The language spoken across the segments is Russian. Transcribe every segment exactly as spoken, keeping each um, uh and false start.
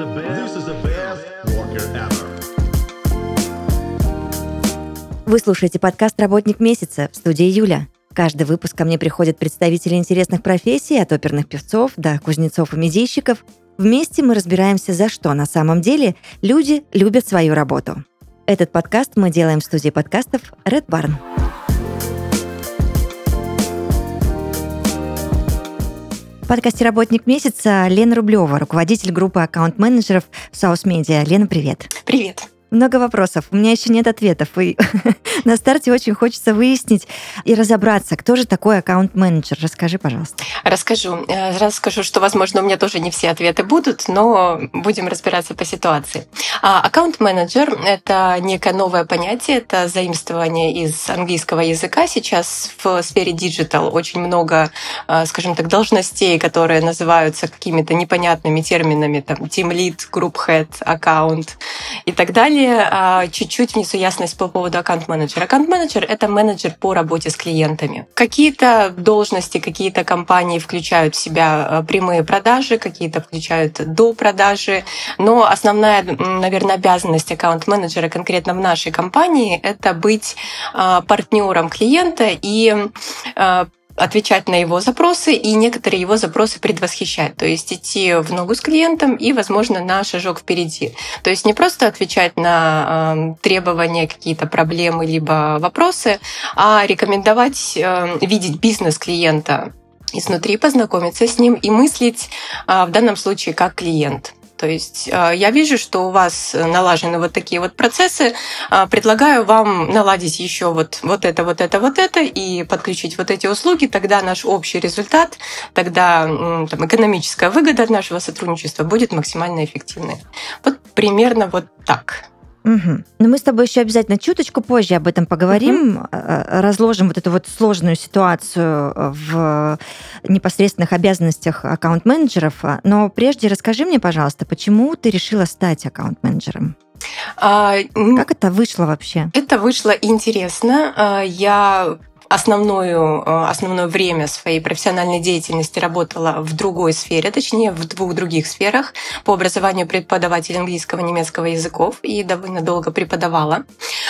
This is the best worker ever. Вы слушаете подкаст «Работник месяца» в студии Юля. Каждый выпуск ко мне приходят представители интересных профессий, от оперных певцов до кузнецов и медийщиков. Вместе мы разбираемся, за что на самом деле люди любят свою работу. Этот подкаст мы делаем в студии подкастов Red Barn. В подкасте «Работник месяца» Лена Рублева, руководитель группы аккаунт-менеджеров South Media. Лена, привет. Привет. Много вопросов. У меня еще нет ответов. И на старте очень хочется выяснить и разобраться, кто же такой аккаунт-менеджер. Расскажи, пожалуйста. Расскажу. Расскажу, что, возможно, у меня тоже не все ответы будут, но будем разбираться по ситуации. Аккаунт-менеджер — это некое новое понятие, это заимствование из английского языка. Сейчас в сфере диджитал очень много, скажем так, должностей, которые называются какими-то непонятными терминами, там, team lead, group head, аккаунт и так далее. Чуть-чуть внесу ясность по поводу аккаунт-менеджера. Аккаунт-менеджер — это менеджер по работе с клиентами. Какие-то должности, какие-то компании включают в себя прямые продажи, какие-то включают до продажи, но основная, наверное, обязанность аккаунт-менеджера конкретно в нашей компании — это быть партнером клиента и отвечать на его запросы и некоторые его запросы предвосхищать. То есть идти в ногу с клиентом и, возможно, на шажок впереди. То есть не просто отвечать на э, требования, какие-то проблемы либо вопросы, а рекомендовать э, видеть бизнес клиента изнутри, познакомиться с ним и мыслить э, в данном случае как клиент. То есть я вижу, что у вас налажены вот такие вот процессы. Предлагаю вам наладить еще вот, вот это, вот это, вот это и подключить вот эти услуги. Тогда наш общий результат, тогда там, экономическая выгода от нашего сотрудничества будет максимально эффективной. Вот примерно вот так. Угу. Но мы с тобой еще обязательно чуточку позже об этом поговорим, угу. разложим вот эту вот сложную ситуацию в непосредственных обязанностях аккаунт-менеджеров. Но прежде расскажи мне, пожалуйста, почему ты решила стать аккаунт-менеджером? А, как это вышло вообще? Это вышло интересно. Я Основную, основное время своей профессиональной деятельности работала в другой сфере, точнее, в двух других сферах. По образованию преподаватель английского и немецкого языков и довольно долго преподавала.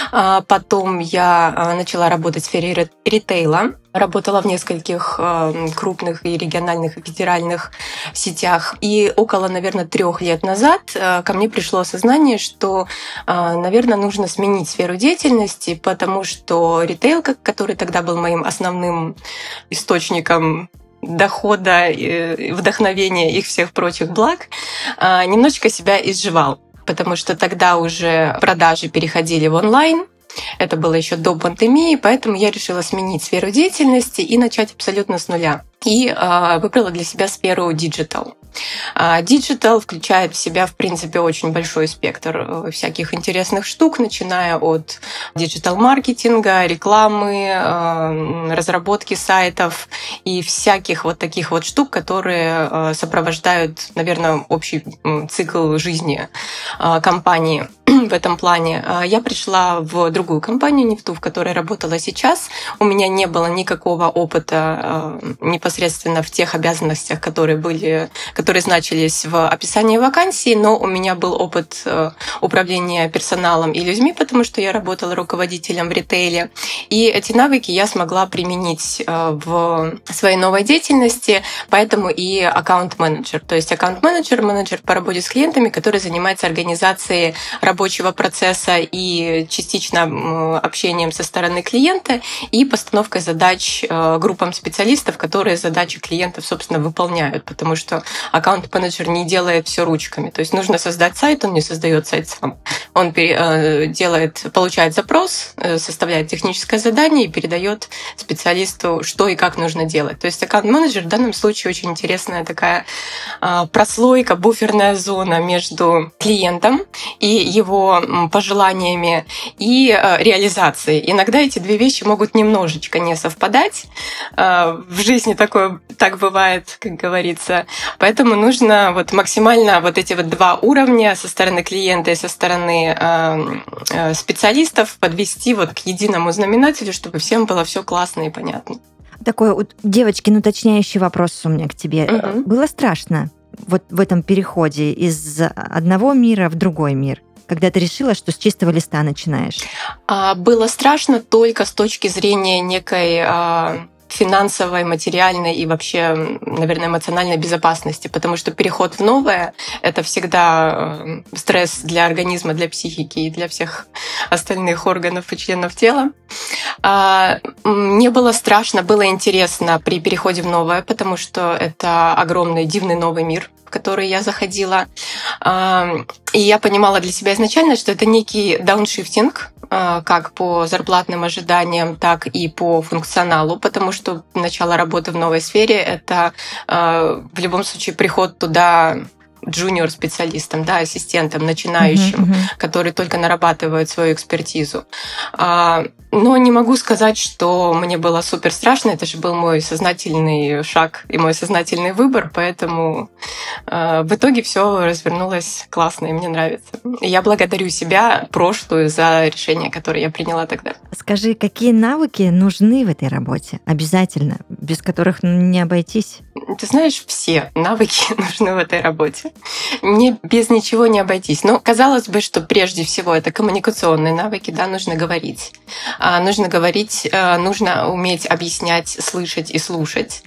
Потом я начала работать в сфере ритейла. Работала в нескольких крупных и региональных, и федеральных сетях. И около, наверное, трех лет назад ко мне пришло осознание, что, наверное, нужно сменить сферу деятельности, потому что ритейл, который тогда был моим основным источником дохода, вдохновения и всех прочих благ, немножечко себя изживал. Потому что тогда уже продажи переходили в онлайн. Это было еще до пандемии, поэтому я решила сменить сферу деятельности и начать абсолютно с нуля. И э, выбрала для себя сферу диджитал. Диджитал включает в себя, в принципе, очень большой спектр всяких интересных штук, начиная от диджитал-маркетинга, рекламы, разработки сайтов и всяких вот таких вот штук, которые сопровождают, наверное, общий цикл жизни компании. В этом плане я пришла в другую компанию, не в ту, в которой работала сейчас. У меня не было никакого опыта непосредственно в тех обязанностях, которые были, которые значились в описании вакансии, но у меня был опыт управления персоналом и людьми, потому что я работала руководителем в ритейле. И эти навыки я смогла применить в своей новой деятельности, поэтому и аккаунт-менеджер. То есть аккаунт-менеджер, менеджер по работе с клиентами, который занимается организацией рабочего процесса и частично общением со стороны клиента и постановкой задач группам специалистов, которые задачи клиентов, собственно, выполняют, потому что аккаунт-менеджер не делает все ручками. То есть нужно создать сайт, он не создает сайт сам. Он делает, получает запрос, составляет техническое задание и передает специалисту, что и как нужно делать. То есть аккаунт-менеджер в данном случае очень интересная такая прослойка, буферная зона между клиентом и его пожеланиями и реализацией. Иногда эти две вещи могут немножечко не совпадать. В жизни такое так бывает, как говорится. Поэтому нужно вот максимально вот эти вот два уровня со стороны клиента и со стороны э, специалистов подвести вот к единому знаменателю, чтобы всем было все классно и понятно. Такой, девочки, ну, уточняющий вопрос у меня к тебе. Угу. Было страшно вот в этом переходе из одного мира в другой мир? Когда ты решила, что с чистого листа начинаешь? Было страшно только с точки зрения некой финансовой, материальной и вообще, наверное, эмоциональной безопасности, потому что переход в новое — это всегда стресс для организма, для психики и для всех остальных органов и членов тела. Мне было страшно, было интересно при переходе в новое, потому что это огромный, дивный новый мир, в который я заходила. И я понимала для себя изначально, что это некий дауншифтинг, как по зарплатным ожиданиям, так и по функционалу, потому что начало работы в новой сфере — это в любом случае приход туда джуниор-специалистом, да, ассистентом, начинающим, uh-huh, uh-huh. который только нарабатывает свою экспертизу. Но не могу сказать, что мне было супер страшно. Это же был мой сознательный шаг и мой сознательный выбор, поэтому в итоге все развернулось классно, и мне нравится. И я благодарю себя, прошлую, за решение, которое я приняла тогда. Скажи, какие навыки нужны в этой работе? Обязательно, без которых не обойтись? Ты знаешь, все навыки нужны в этой работе. Мне без ничего не обойтись. Но казалось бы, что прежде всего это коммуникационные навыки, да, нужно говорить. Нужно говорить, нужно уметь объяснять, слышать и слушать.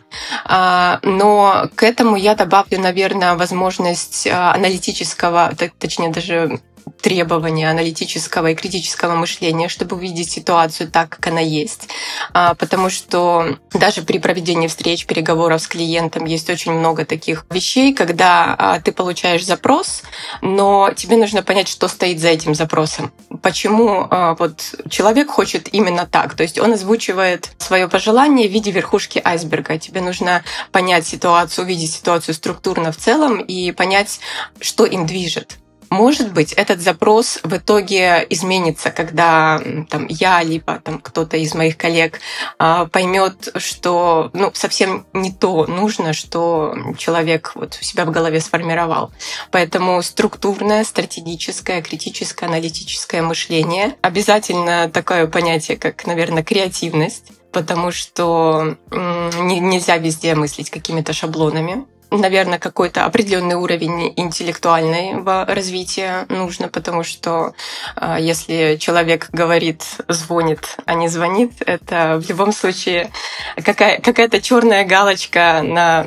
Но к этому я добавлю, наверное, возможность аналитического, точнее даже требования аналитического и критического мышления, чтобы увидеть ситуацию так, как она есть. Потому что даже при проведении встреч, переговоров с клиентом есть очень много таких вещей, когда ты получаешь запрос, но тебе нужно понять, что стоит за этим запросом. Почему вот человек хочет именно так. То есть он озвучивает свое пожелание в виде верхушки айсберга. Тебе нужно понять ситуацию, увидеть ситуацию структурно в целом и понять, что им движет. Может быть, этот запрос в итоге изменится, когда там, я либо там, кто-то из моих коллег а, поймет, что ну, совсем не то нужно, что человек вот у себя в голове сформировал. Поэтому структурное, стратегическое, критическое, аналитическое мышление. Обязательно такое понятие, как, наверное, креативность, потому что м- нельзя везде мыслить какими-то шаблонами. Наверное, какой-то определенный уровень интеллектуального развития нужно, потому что э, если человек говорит, звонит, а не звонит, это в любом случае какая- какая-то черная галочка на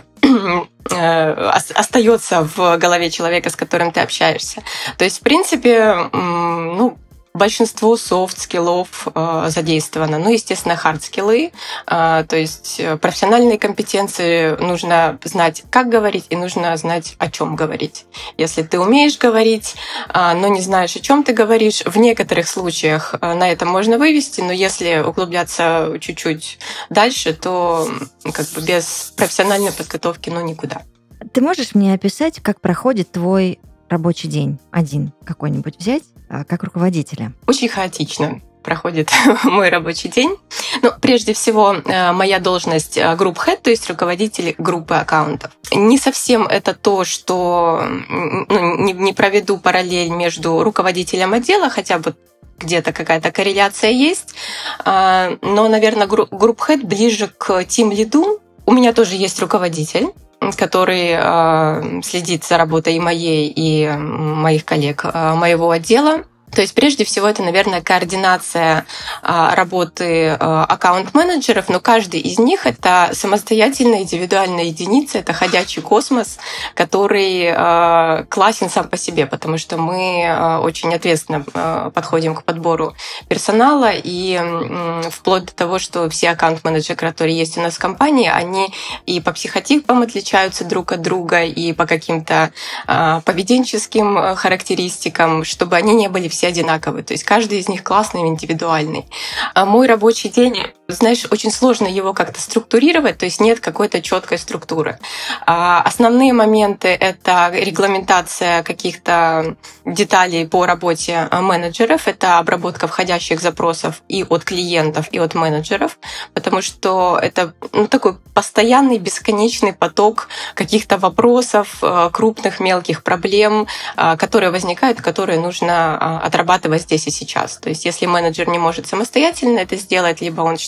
остается в голове человека, с которым ты общаешься. То есть, в принципе, ну, большинство софт-скиллов э, задействовано. Ну, естественно, хард-скиллы, э, то есть профессиональные компетенции нужно знать, как говорить, и нужно знать, о чем говорить. Если ты умеешь говорить, э, но не знаешь, о чем ты говоришь, в некоторых случаях э, на это можно вывести, но если углубляться чуть-чуть дальше, то как бы без профессиональной подготовки, ну, никуда. Ты можешь мне описать, как проходит твой рабочий день? Один какой-нибудь взять, как руководителя? Очень хаотично проходит мой рабочий день. Но прежде всего, моя должность Group Head, то есть руководитель группы аккаунтов. Не совсем это то, что ну, не, не проведу параллель между руководителем отдела, хотя бы где-то какая-то корреляция есть. Но, наверное, Group Head ближе к тим-лиду. У меня тоже есть руководитель, который э, следит за работой и моей, и моих коллег э, моего отдела. То есть прежде всего это, наверное, координация а, работы а, аккаунт-менеджеров, но каждый из них — это самостоятельная индивидуальная единица, это ходячий космос, который а, классен сам по себе, потому что мы а, очень ответственно а, подходим к подбору персонала, и м, вплоть до того, что все аккаунт-менеджеры, которые есть у нас в компании, они и по психотипам отличаются друг от друга, и по каким-то а, поведенческим характеристикам, чтобы они не были все одинаковые. То есть каждый из них классный, индивидуальный. А мой рабочий день, знаешь, очень сложно его как-то структурировать, то есть нет какой-то четкой структуры. А основные моменты — это регламентация каких-то деталей по работе менеджеров, это обработка входящих запросов и от клиентов, и от менеджеров, потому что это ну, такой постоянный, бесконечный поток каких-то вопросов, крупных, мелких проблем, которые возникают, которые нужно отрабатывать здесь и сейчас. То есть если менеджер не может самостоятельно это сделать, либо он считает,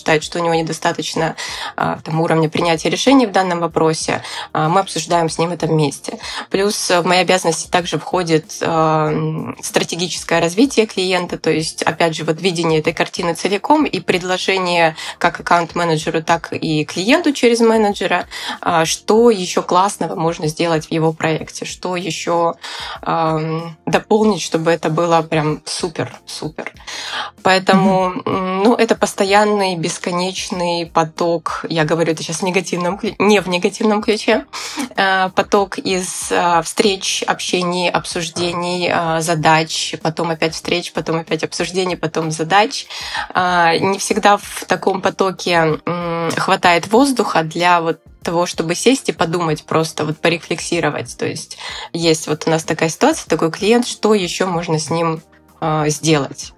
считает, что у него недостаточно там, уровня принятия решений в данном вопросе, мы обсуждаем с ним это вместе. Плюс в мои обязанности также входит стратегическое развитие клиента, то есть, опять же, вот видение этой картины целиком и предложение как аккаунт-менеджеру, так и клиенту через менеджера, что еще классного можно сделать в его проекте, что еще дополнить, чтобы это было прям супер-супер. Поэтому mm-hmm. ну, это постоянный, бесконечный поток, я говорю это сейчас в негативном, не в негативном ключе, поток из встреч, общений, обсуждений, задач, потом опять встреч, потом опять обсуждений, потом задач. Не всегда в таком потоке хватает воздуха для вот того, чтобы сесть и подумать, просто вот порефлексировать. То есть есть вот у нас такая ситуация, такой клиент, что еще можно с ним сделать.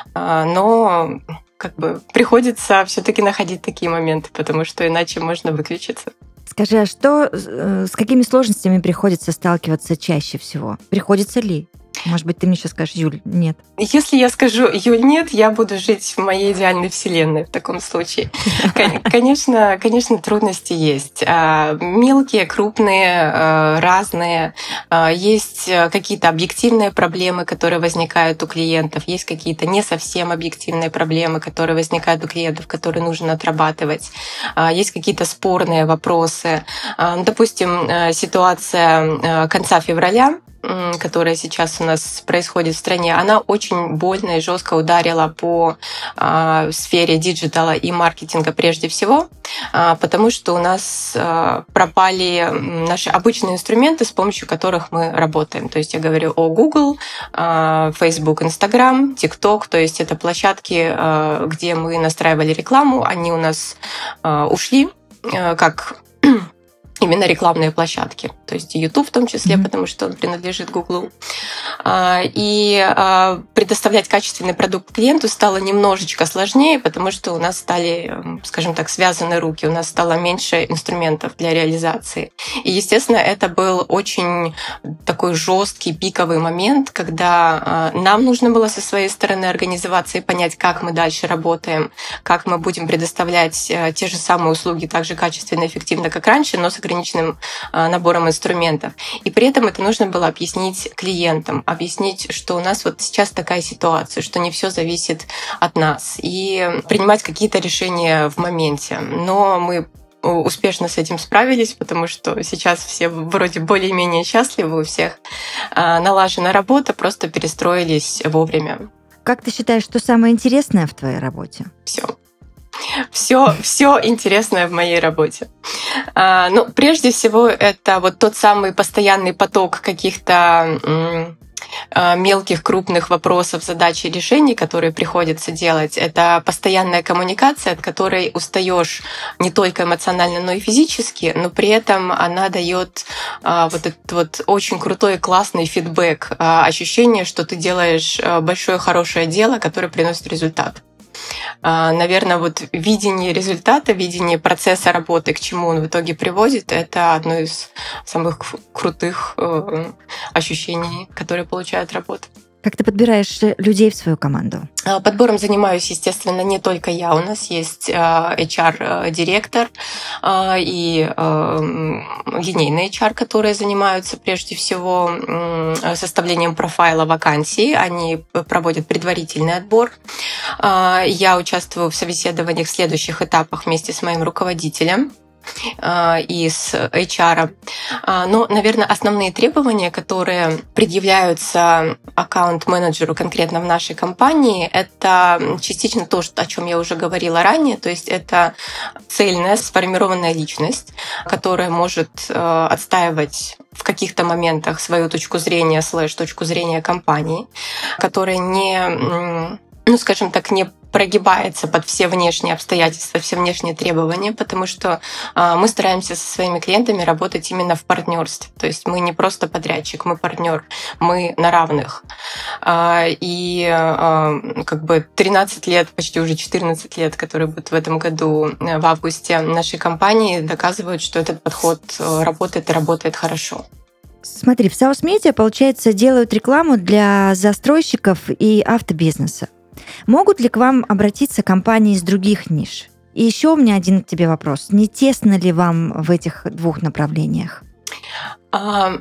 Но как бы приходится все-таки находить такие моменты, потому что иначе можно выключиться. Скажи, а что, с какими сложностями приходится сталкиваться чаще всего? Приходится ли? Может быть, ты мне сейчас скажешь, Юль, нет. Если я скажу, Юль, нет, я буду жить в моей идеальной вселенной в таком случае. Конечно, конечно, трудности есть. Мелкие, крупные, разные. Есть какие-то объективные проблемы, которые возникают у клиентов. Есть какие-то не совсем объективные проблемы, которые возникают у клиентов, которые нужно отрабатывать. Есть какие-то спорные вопросы. Допустим, ситуация конца февраля, которая сейчас у нас происходит в стране, она очень больно и жестко ударила по э, сфере диджитала и маркетинга прежде всего, э, потому что у нас э, пропали наши обычные инструменты, с помощью которых мы работаем. То есть я говорю о Google, э, Facebook, Instagram, TikTok, то есть это площадки, э, где мы настраивали рекламу, они у нас э, ушли, э, как именно рекламные площадки, то есть YouTube в том числе, mm-hmm. потому что он принадлежит Google. И предоставлять качественный продукт клиенту стало немножечко сложнее, потому что у нас стали, скажем так, связаны руки, у нас стало меньше инструментов для реализации. И, естественно, это был очень такой жесткий пиковый момент, когда нам нужно было со своей стороны организоваться и понять, как мы дальше работаем, как мы будем предоставлять те же самые услуги так же качественно и эффективно, как раньше, но с ограниченным набором инструментов. И при этом это нужно было объяснить клиентам, объяснить, что у нас вот сейчас такая ситуация, что не все зависит от нас, и принимать какие-то решения в моменте. Но мы успешно с этим справились, потому что сейчас все вроде более-менее счастливы, у всех налажена работа, просто перестроились вовремя. Как ты считаешь, что самое интересное в твоей работе? Все. Все, все интересное в моей работе. А, ну, прежде всего, это вот тот самый постоянный поток каких-то м- мелких, крупных вопросов, задач и решений, которые приходится делать. Это постоянная коммуникация, от которой устаешь не только эмоционально, но и физически, но при этом она дает а, вот этот вот очень крутой, классный фидбэк, а, ощущение, что ты делаешь большое, хорошее дело, которое приносит результат. Наверное, вот видение результата, видение процесса работы, к чему он в итоге приводит, это одно из самых крутых ощущений, которые получают работа. Как ты подбираешь людей в свою команду? Подбором занимаюсь, естественно, не только я. У нас есть эйч ар-директор и линейный эйч ар, которые занимаются прежде всего составлением профайла вакансий. Они проводят предварительный отбор. Я участвую в собеседованиях в следующих этапах вместе с моим руководителем и с эйч ар. Но, наверное, основные требования, которые предъявляются аккаунт-менеджеру конкретно в нашей компании, это частично то, о чем я уже говорила ранее, то есть это цельная, сформированная личность, которая может отстаивать в каких-то моментах свою точку зрения, слэш точку зрения компании, которая не, ну, скажем так, не прогибается под все внешние обстоятельства, все внешние требования, потому что э, мы стараемся со своими клиентами работать именно в партнерстве. То есть мы не просто подрядчик, мы партнер, мы на равных. Э, и э, как бы тринадцать лет, почти уже четырнадцать лет, которые будут в этом году в августе нашей компании, доказывают, что этот подход работает и работает хорошо. Смотри, в South Media, получается, делают рекламу для застройщиков и автобизнеса. Могут ли к вам обратиться компании из других ниш? И еще у меня один к тебе вопрос. Не тесно ли вам в этих двух направлениях? А,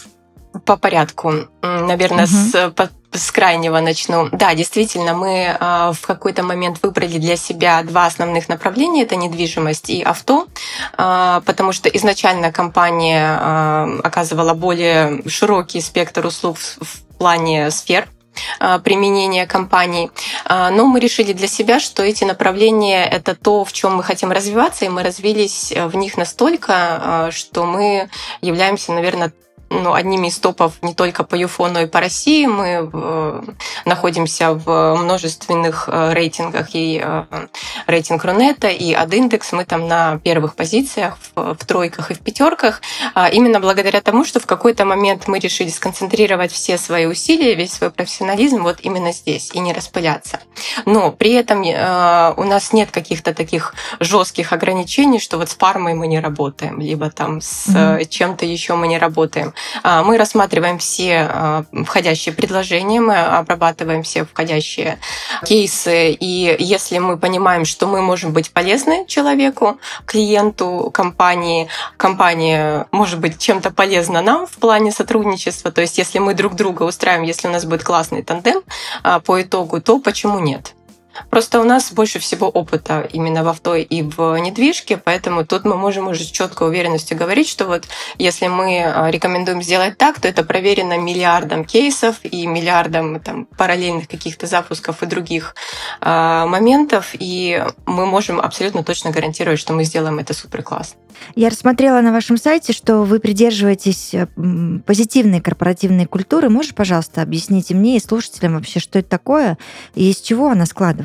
по порядку. Наверное, угу. с, по, с крайнего начну. Да, действительно, мы а, в какой-то момент выбрали для себя два основных направления. Это недвижимость и авто, а, потому что изначально компания а, оказывала более широкий спектр услуг в, в плане сфер применения компаний. Но мы решили для себя, что эти направления — это то, в чем мы хотим развиваться, и мы развились в них настолько, что мы являемся, наверное, ну, одними из топов не только по ЮФО, но и по России. Мы э, находимся в множественных э, рейтингах, и э, рейтинг Рунета, и Адиндекс. Мы там на первых позициях, в, в тройках и в пятерках. Э, именно благодаря тому, что в какой-то момент мы решили сконцентрировать все свои усилия, весь свой профессионализм вот именно здесь, и не распыляться. Но при этом э, у нас нет каких-то таких жестких ограничений, что вот с фармой мы не работаем, либо там с mm-hmm. чем-то еще мы не работаем. Мы рассматриваем все входящие предложения, мы обрабатываем все входящие кейсы, и если мы понимаем, что мы можем быть полезны человеку, клиенту, компании, компания может быть чем-то полезна нам в плане сотрудничества, то есть если мы друг друга устраиваем, если у нас будет классный тандем по итогу, то почему нет? Просто у нас больше всего опыта именно в авто и в недвижке, поэтому тут мы можем уже с четкой уверенностью говорить, что вот если мы рекомендуем сделать так, то это проверено миллиардом кейсов и миллиардом там, параллельных каких-то запусков и других э, моментов, и мы можем абсолютно точно гарантировать, что мы сделаем это супер классно. Я рассмотрела на вашем сайте, что вы придерживаетесь позитивной корпоративной культуры. Можешь, пожалуйста, объяснить и мне, и слушателям вообще, что это такое и из чего она складывается?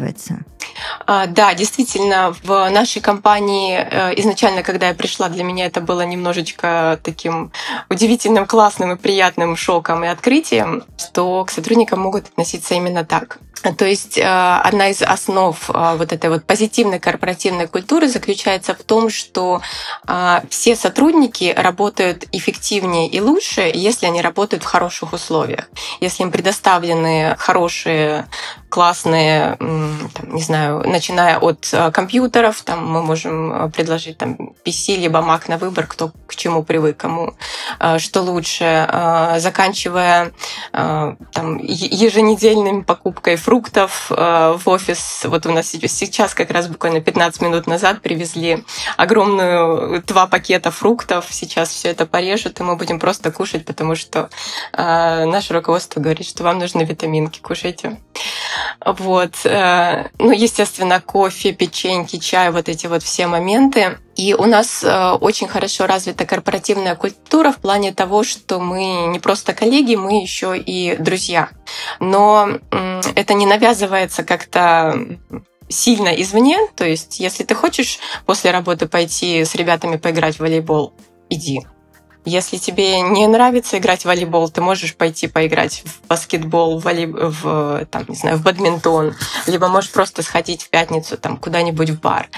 Да, действительно, в нашей компании изначально, когда я пришла, для меня это было немножечко таким удивительным, классным и приятным шоком и открытием, что к сотрудникам могут относиться именно так. То есть одна из основ вот этой вот позитивной корпоративной культуры заключается в том, что все сотрудники работают эффективнее и лучше, если они работают в хороших условиях. Если им предоставлены хорошие, классные, там, не знаю, начиная от компьютеров, там мы можем предложить там пи си либо Mac на выбор, кто к чему привык, кому что лучше, заканчивая там еженедельными покупкой фруктов в офис. Вот у нас сейчас как раз буквально пятнадцать минут назад привезли огромную два пакета фруктов. Сейчас все это порежут, и мы будем просто кушать, потому что наше руководство говорит, что вам нужны витаминки, кушайте. Вот. Ну, естественно, кофе, печеньки, чай, вот эти вот все моменты. И у нас очень хорошо развита корпоративная культура в плане того, что мы не просто коллеги, мы еще и друзья. Но это не навязывается как-то сильно извне. То есть, если ты хочешь после работы пойти с ребятами поиграть в волейбол, иди. Если тебе не нравится играть в волейбол, ты можешь пойти поиграть в баскетбол, в, волей... в, там, не знаю, в бадминтон, либо можешь просто сходить в пятницу там, куда-нибудь в бар.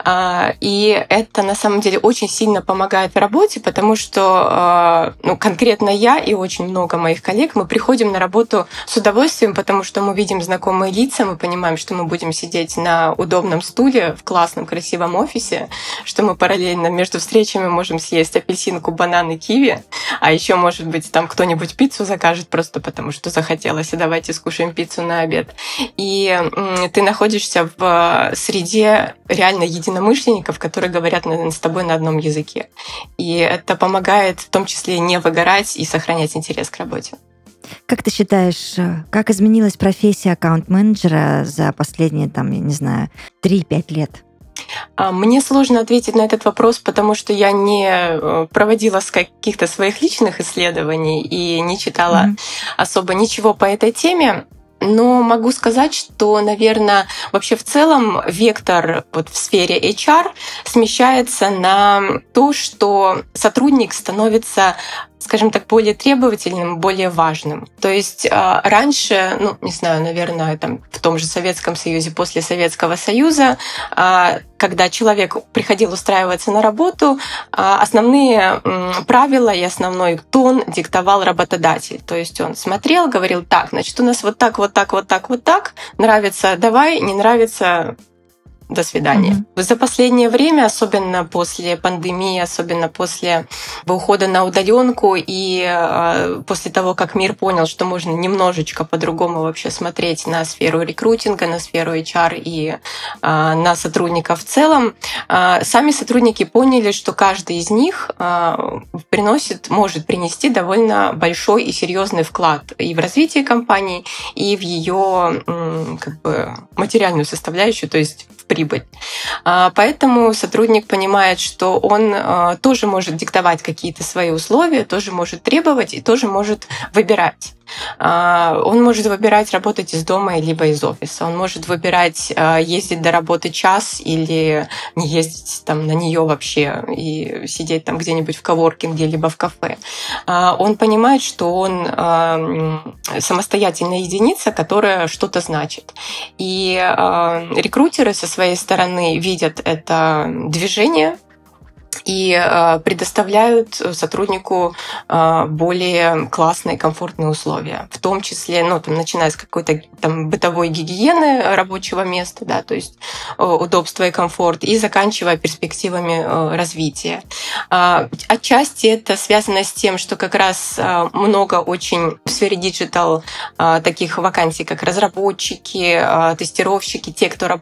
И это на самом деле очень сильно помогает в работе, потому что ну, конкретно я и очень много моих коллег, мы приходим на работу с удовольствием, потому что мы видим знакомые лица, мы понимаем, что мы будем сидеть на удобном стуле в классном, красивом офисе, что мы параллельно между встречами можем съесть апельсинку, банан и киви, а еще, может быть, там кто-нибудь пиццу закажет просто потому, что захотелось, и давайте скушаем пиццу на обед. И ты находишься в среде реально единомышленников, которые говорят с тобой на одном языке. И это помогает в том числе не выгорать и сохранять интерес к работе. Как ты считаешь, как изменилась профессия аккаунт-менеджера за последние, там, я не знаю, три-пять лет? Мне сложно ответить на этот вопрос, потому что я не проводила каких-то своих личных исследований и не читала mm-hmm. особо ничего по этой теме. Но могу сказать, что, наверное, вообще в целом вектор вот в сфере эйч ар смещается на то, что сотрудник становится, скажем так, более требовательным, более важным. То есть раньше, ну, не знаю, наверное, там, в том же Советском Союзе, после Советского Союза, когда человек приходил устраиваться на работу, основные правила и основной тон диктовал работодатель. То есть он смотрел, говорил, так, значит, у нас вот так, вот так, вот так, вот так, нравится — давай, не нравится — до свидания. Mm-hmm. За последнее время, особенно после пандемии, особенно после ухода на удаленку и э, после того, как мир понял, что можно немножечко по-другому вообще смотреть на сферу рекрутинга, на сферу эйч ар и э, на сотрудников в целом, э, сами сотрудники поняли, что каждый из них э, приносит, может принести довольно большой и серьезный вклад и в развитие компании, и в ее э, как бы, материальную составляющую, то есть в прибыль. Поэтому сотрудник понимает, что он тоже может диктовать какие-то свои условия, тоже может требовать и тоже может выбирать. Он может выбирать работать из дома либо из офиса. Он может выбирать ездить до работы час или не ездить там на нее вообще и сидеть там где-нибудь в коворкинге либо в кафе. Он понимает, что он самостоятельная единица, которая что-то значит. И рекрутеры со своей стороны видят это движение и предоставляют сотруднику более классные, комфортные условия, в том числе, ну, там, начиная с какой-то там бытовой гигиены рабочего места, да, то есть удобство и комфорт, и заканчивая перспективами развития. Отчасти это связано с тем, что как раз много очень в сфере диджитал таких вакансий, как разработчики, тестировщики, те, кто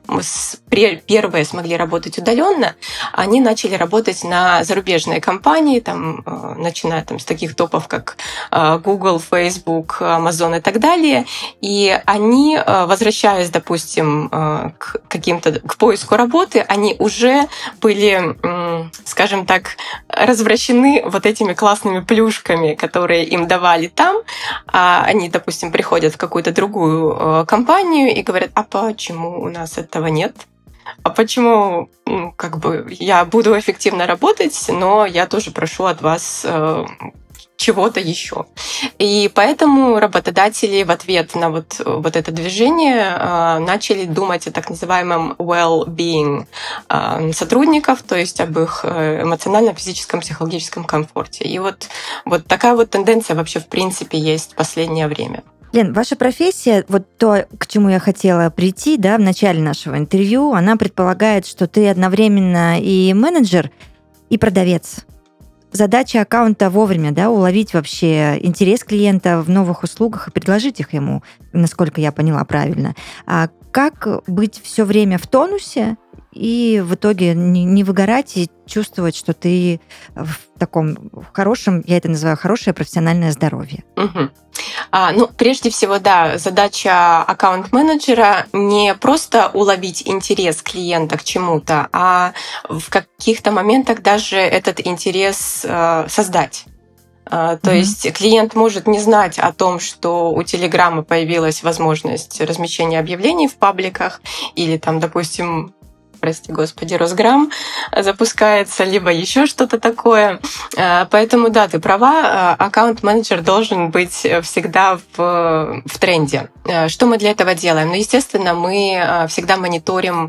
первые смогли работать удаленно, они начали работать на зарубежные компании, там, начиная там, с таких топов, как Google, Facebook, Amazon и так далее. И они, возвращаясь, допустим, к каким-то к поиску работы, они уже были, скажем так, развращены вот этими классными плюшками, которые им давали там. А они, допустим, приходят в какую-то другую компанию и говорят: а почему у нас этого нет? А почему, ну, как бы, я буду эффективно работать, но я тоже прошу от вас э, чего-то еще. И поэтому работодатели в ответ на вот, вот это движение э, начали думать о так называемом well-being э, сотрудников, то есть об их эмоциональном, физическом, психологическом комфорте. И вот, вот такая вот тенденция вообще в принципе есть в последнее время. Лен, ваша профессия, вот то, к чему я хотела прийти, да, в начале нашего интервью, она предполагает, что ты одновременно и менеджер, и продавец. Задача аккаунта вовремя, да, уловить вообще интерес клиента в новых услугах и предложить их ему, насколько я поняла правильно. А как быть все время в тонусе и в итоге не, не выгорать и чувствовать, что ты в таком хорошем, я это называю, хорошее профессиональное здоровье? Угу. А, ну, прежде всего, да, задача аккаунт-менеджера не просто уловить интерес клиента к чему-то, а в каких-то моментах даже этот интерес э, создать. То mm-hmm. есть клиент может не знать о том, что у Телеграма появилась возможность размещения объявлений в пабликах или там, допустим, прости господи, Росграм запускается, либо еще что-то такое. Поэтому, да, ты права, аккаунт-менеджер должен быть всегда в, в тренде. Что мы для этого делаем? Ну, естественно, мы всегда мониторим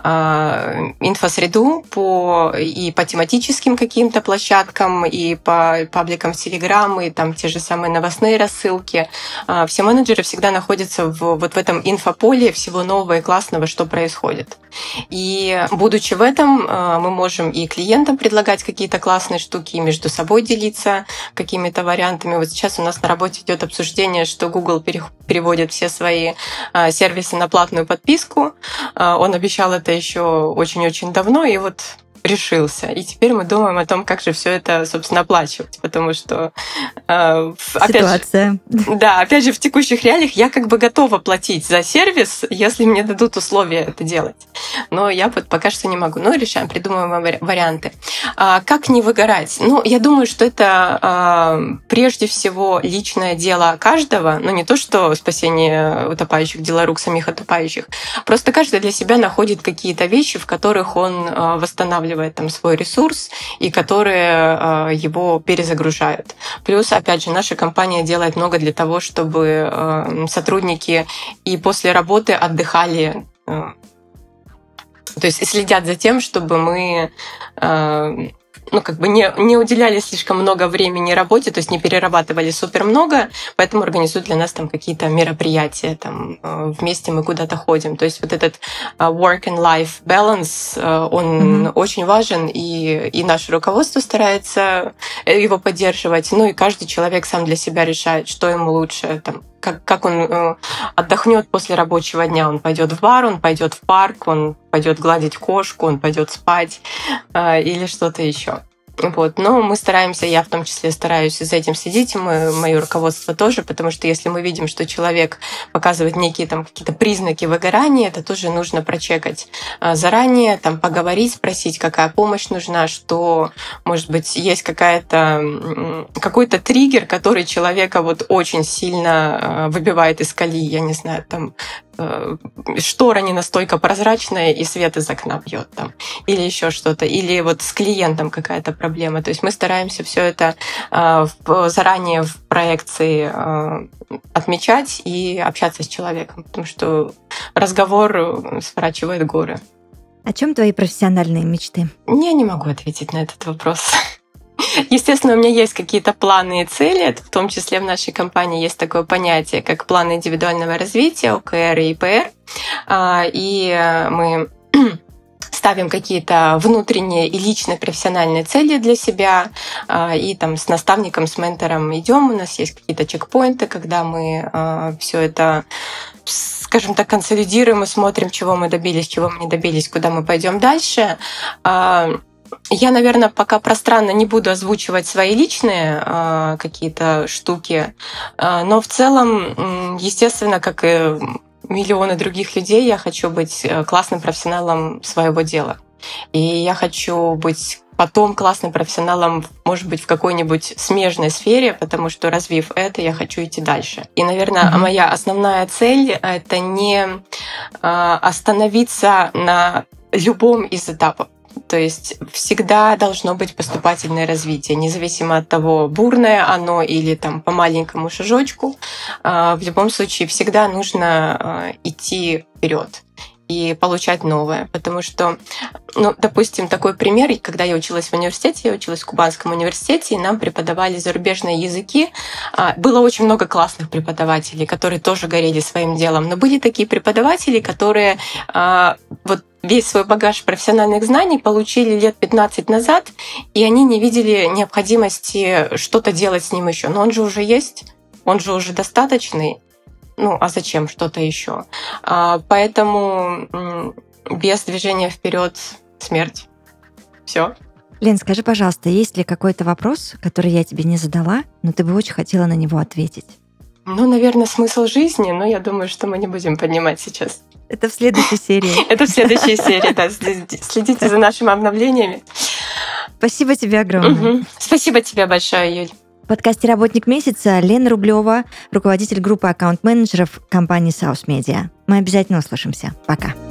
инфосреду по, и по тематическим каким-то площадкам, и по пабликам в Телеграм, и там те же самые новостные рассылки. Все менеджеры всегда находятся в, вот в этом инфополе всего нового и классного, что происходит. И И будучи в этом, мы можем и клиентам предлагать какие-то классные штуки, и между собой делиться какими-то вариантами. Вот сейчас у нас на работе идет обсуждение, что Google переводит все свои сервисы на платную подписку. Он обещал это еще очень-очень давно, и вот решился. И теперь мы думаем о том, как же все это, собственно, оплачивать, потому что э, ситуация. Опять же, да, опять же, в текущих реалиях я как бы готова платить за сервис, если мне дадут условия это делать. Но я вот пока что не могу. Ну, решаем, придумываем варианты. А, как не выгорать? Ну, я думаю, что это а, прежде всего личное дело каждого, но не то, что спасение утопающих, дело рук самих утопающих. Просто каждый для себя находит какие-то вещи, в которых он а, восстанавливает там свой ресурс и которые э, его перезагружают. Плюс, опять же, наша компания делает много для того, чтобы э, сотрудники и после работы отдыхали, э, то есть следят за тем, чтобы мы э, ну, как бы не, не уделяли слишком много времени работе, то есть не перерабатывали супер много, поэтому организуют для нас там какие-то мероприятия, там вместе мы куда-то ходим. То есть вот этот work and life balance, он mm-hmm. очень важен, и, и наше руководство старается его поддерживать. Ну и каждый человек сам для себя решает, что ему лучше, там, как, как он э, отдохнет после рабочего дня. Он пойдет в бар, он пойдет в парк, он пойдет гладить кошку, он пойдет спать э, или что-то еще. Вот. Но мы стараемся, я в том числе стараюсь за этим следить, мы, мое руководство тоже, потому что если мы видим, что человек показывает некие там какие-то признаки выгорания, это тоже нужно прочекать заранее, там поговорить, спросить, какая помощь нужна, что, может быть, есть какая-то, какой-то триггер, который человека вот очень сильно выбивает из колеи, я не знаю, там штора не настолько прозрачная, и свет из окна бьет там, или еще что-то, или вот с клиентом какая-то проблема. То есть мы стараемся все это э, в, заранее в проекции э, отмечать и общаться с человеком, потому что разговор сворачивает горы. О чем твои профессиональные мечты? Я не могу ответить на этот вопрос. Естественно, у меня есть какие-то планы и цели, в том числе в нашей компании есть такое понятие, как планы индивидуального развития, о ка эр и и пэ эр, и мы ставим какие-то внутренние и личные профессиональные цели для себя, и там с наставником, с ментором идем, у нас есть какие-то чекпоинты, когда мы все это, скажем так, консолидируем и смотрим, чего мы добились, чего мы не добились, куда мы пойдем дальше. Я, наверное, пока пространно не буду озвучивать свои личные э, какие-то штуки, э, но в целом, естественно, как и миллионы других людей, я хочу быть классным профессионалом своего дела. И я хочу быть потом классным профессионалом, может быть, в какой-нибудь смежной сфере, потому что, развив это, я хочу идти дальше. И, наверное, mm-hmm. моя основная цель — это не э, остановиться на любом из этапов. То есть всегда должно быть поступательное развитие, независимо от того, бурное оно или там по маленькому шажочку. В любом случае всегда нужно идти вперед и получать новое. Потому что, ну, допустим, такой пример, когда я училась в университете, я училась в Кубанском университете, и нам преподавали зарубежные языки. Было очень много классных преподавателей, которые тоже горели своим делом, но были такие преподаватели, которые вот весь свой багаж профессиональных знаний получили лет пятнадцать назад, и они не видели необходимости что-то делать с ним еще. Но он же уже есть, он же уже достаточный. Ну, а зачем что-то еще? Поэтому без движения вперед смерть. Все. Лен, скажи, пожалуйста, есть ли какой-то вопрос, который я тебе не задала, но ты бы очень хотела на него ответить? Ну, наверное, смысл жизни, но я думаю, что мы не будем поднимать сейчас. Это в следующей серии. Это в следующей серии, да. Следите за нашими обновлениями. Спасибо тебе огромное. Спасибо тебе большое, Юль. В подкасте «Работник месяца» Лена Рублева, руководитель группы аккаунт-менеджеров компании South Media. Мы обязательно услышимся. Пока.